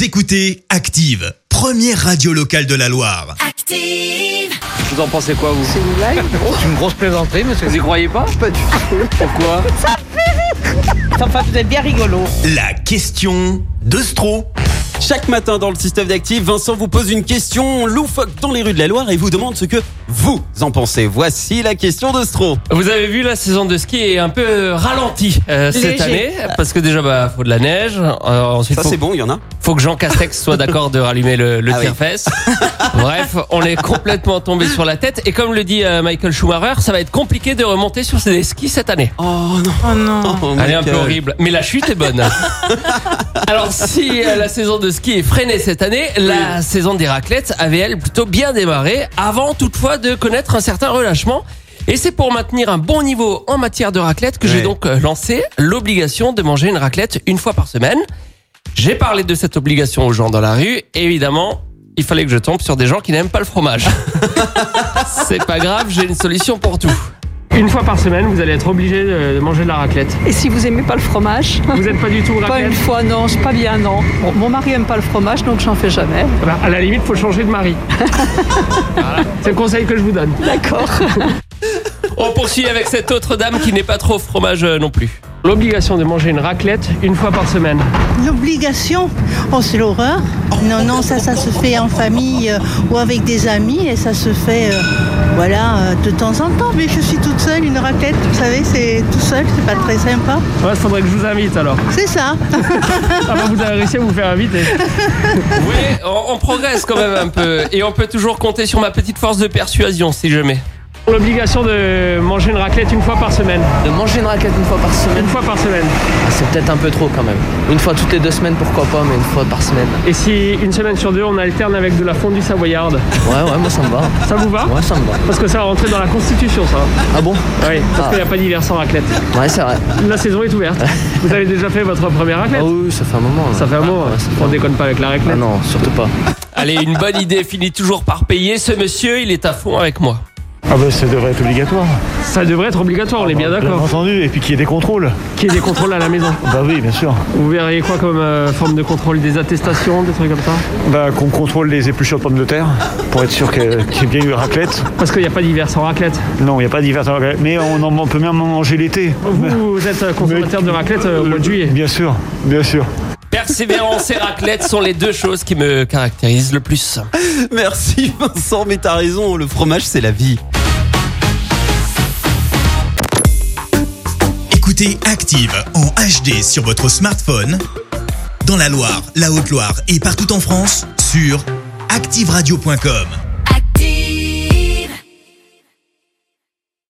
Vous écoutez Active, première radio locale de la Loire. Active! Vous en pensez quoi, vous? C'est une blague? C'est une grosse plaisanterie, monsieur. Vous y croyez pas? Pas du tout. Pourquoi? Enfin, vous êtes bien rigolo. La question de Stro. Chaque matin dans le système d'Active, Vincent vous pose une question loufoque dans les rues de la Loire et vous demande ce que vous en pensez. Voici la question de Stro. Vous avez vu, la saison de ski est un peu ralentie cette année, parce que déjà, faut de la neige. Ensuite, Ça c'est bon, il y en a. faut que Jean Castex soit d'accord de rallumer le Ah oui. tire-fesse. Bref, on est complètement tombé sur la tête. Et comme le dit Michael Schumacher, ça va être compliqué de remonter sur ses skis cette année. Oh non. Oh non. Oh, Elle est un peu Michael. horrible, mais la chute est bonne. Alors si la saison de ski est freinée cette année, la saison des raclettes avait elle plutôt bien démarré, avant toutefois de connaître un certain relâchement. Et c'est pour maintenir un bon niveau en matière de raclette que j'ai donc lancé l'obligation de manger une raclette une fois par semaine. J'ai parlé de cette obligation aux gens dans la rue, et évidemment, il fallait que je tombe sur des gens qui n'aiment pas le fromage. C'est pas grave, j'ai une solution pour tout. Une fois par semaine, vous allez être obligé de manger de la raclette. Et si vous aimez pas le fromage? Vous n'êtes pas du tout Pas raclette? une fois, non, c'est pas bien, non. Bon, mon mari aime pas le fromage, donc j'en fais jamais. Bah, à la limite, faut changer de mari. Voilà. C'est le conseil que je vous donne. D'accord. On poursuit avec cette autre dame qui n'est pas trop fromage non plus. L'obligation de manger une raclette une fois par semaine. L'obligation? Oh, c'est l'horreur. Non, ça se fait en famille ou avec des amis et ça se fait, de temps en temps. Mais je suis toute seule, une raclette, vous savez, c'est tout seul, c'est pas très sympa. Ouais, il faudrait que je vous invite alors. C'est ça. Ah bah vous avez réussi à vous faire inviter. Oui, on progresse quand même un peu. Et on peut toujours compter sur ma petite force de persuasion si jamais. L'obligation de manger une raclette une fois par semaine. De manger une raclette une fois par semaine, Une fois par semaine. c'est peut-être un peu trop quand même. Une fois toutes les 2 semaines, pourquoi pas, mais une fois par semaine. Et si une semaine sur deux on alterne avec de la fondue savoyarde, Ouais, moi ça me va. ça vous va? Ouais, ça me va. Parce que ça va rentrer dans la constitution ça. Ah bon? Oui, parce Ah. qu'il n'y a pas d'hiver sans raclette. Ouais, c'est vrai. La saison est ouverte. Vous avez déjà fait votre première raclette? Ah oui, ça fait un moment. là. Ça fait un moment, Ouais, ça fait on un déconne pas avec la moment. raclette. Ah non, surtout pas. Allez, une bonne idée finit toujours par payer. Ce monsieur, il est à fond avec moi. Ah bah ça devrait être obligatoire. Ça devrait être obligatoire, on est bien Bien d'accord. entendu, et puis qu'il y ait des contrôles. Qu'il y ait des contrôles à la maison. Bah oui, bien sûr. Vous verriez quoi comme forme de contrôle? Des attestations, des trucs comme ça? Bah qu'on contrôle les épluchures de pommes de terre, pour être sûr qu'il y ait bien eu raclette. Parce qu'il n'y a pas d'hiver sans raclette. Non, il n'y a pas d'hiver sans raclette, mais on peut même en manger l'été. Vous êtes consommateur de raclette au mois de juillet. Bien sûr, bien sûr. Persévérance et raclette sont les deux choses qui me caractérisent le plus. Merci Vincent, mais t'as raison, le fromage c'est la vie. Écoutez Active en HD sur votre smartphone, dans la Loire, la Haute-Loire et partout en France, sur activeradio.com.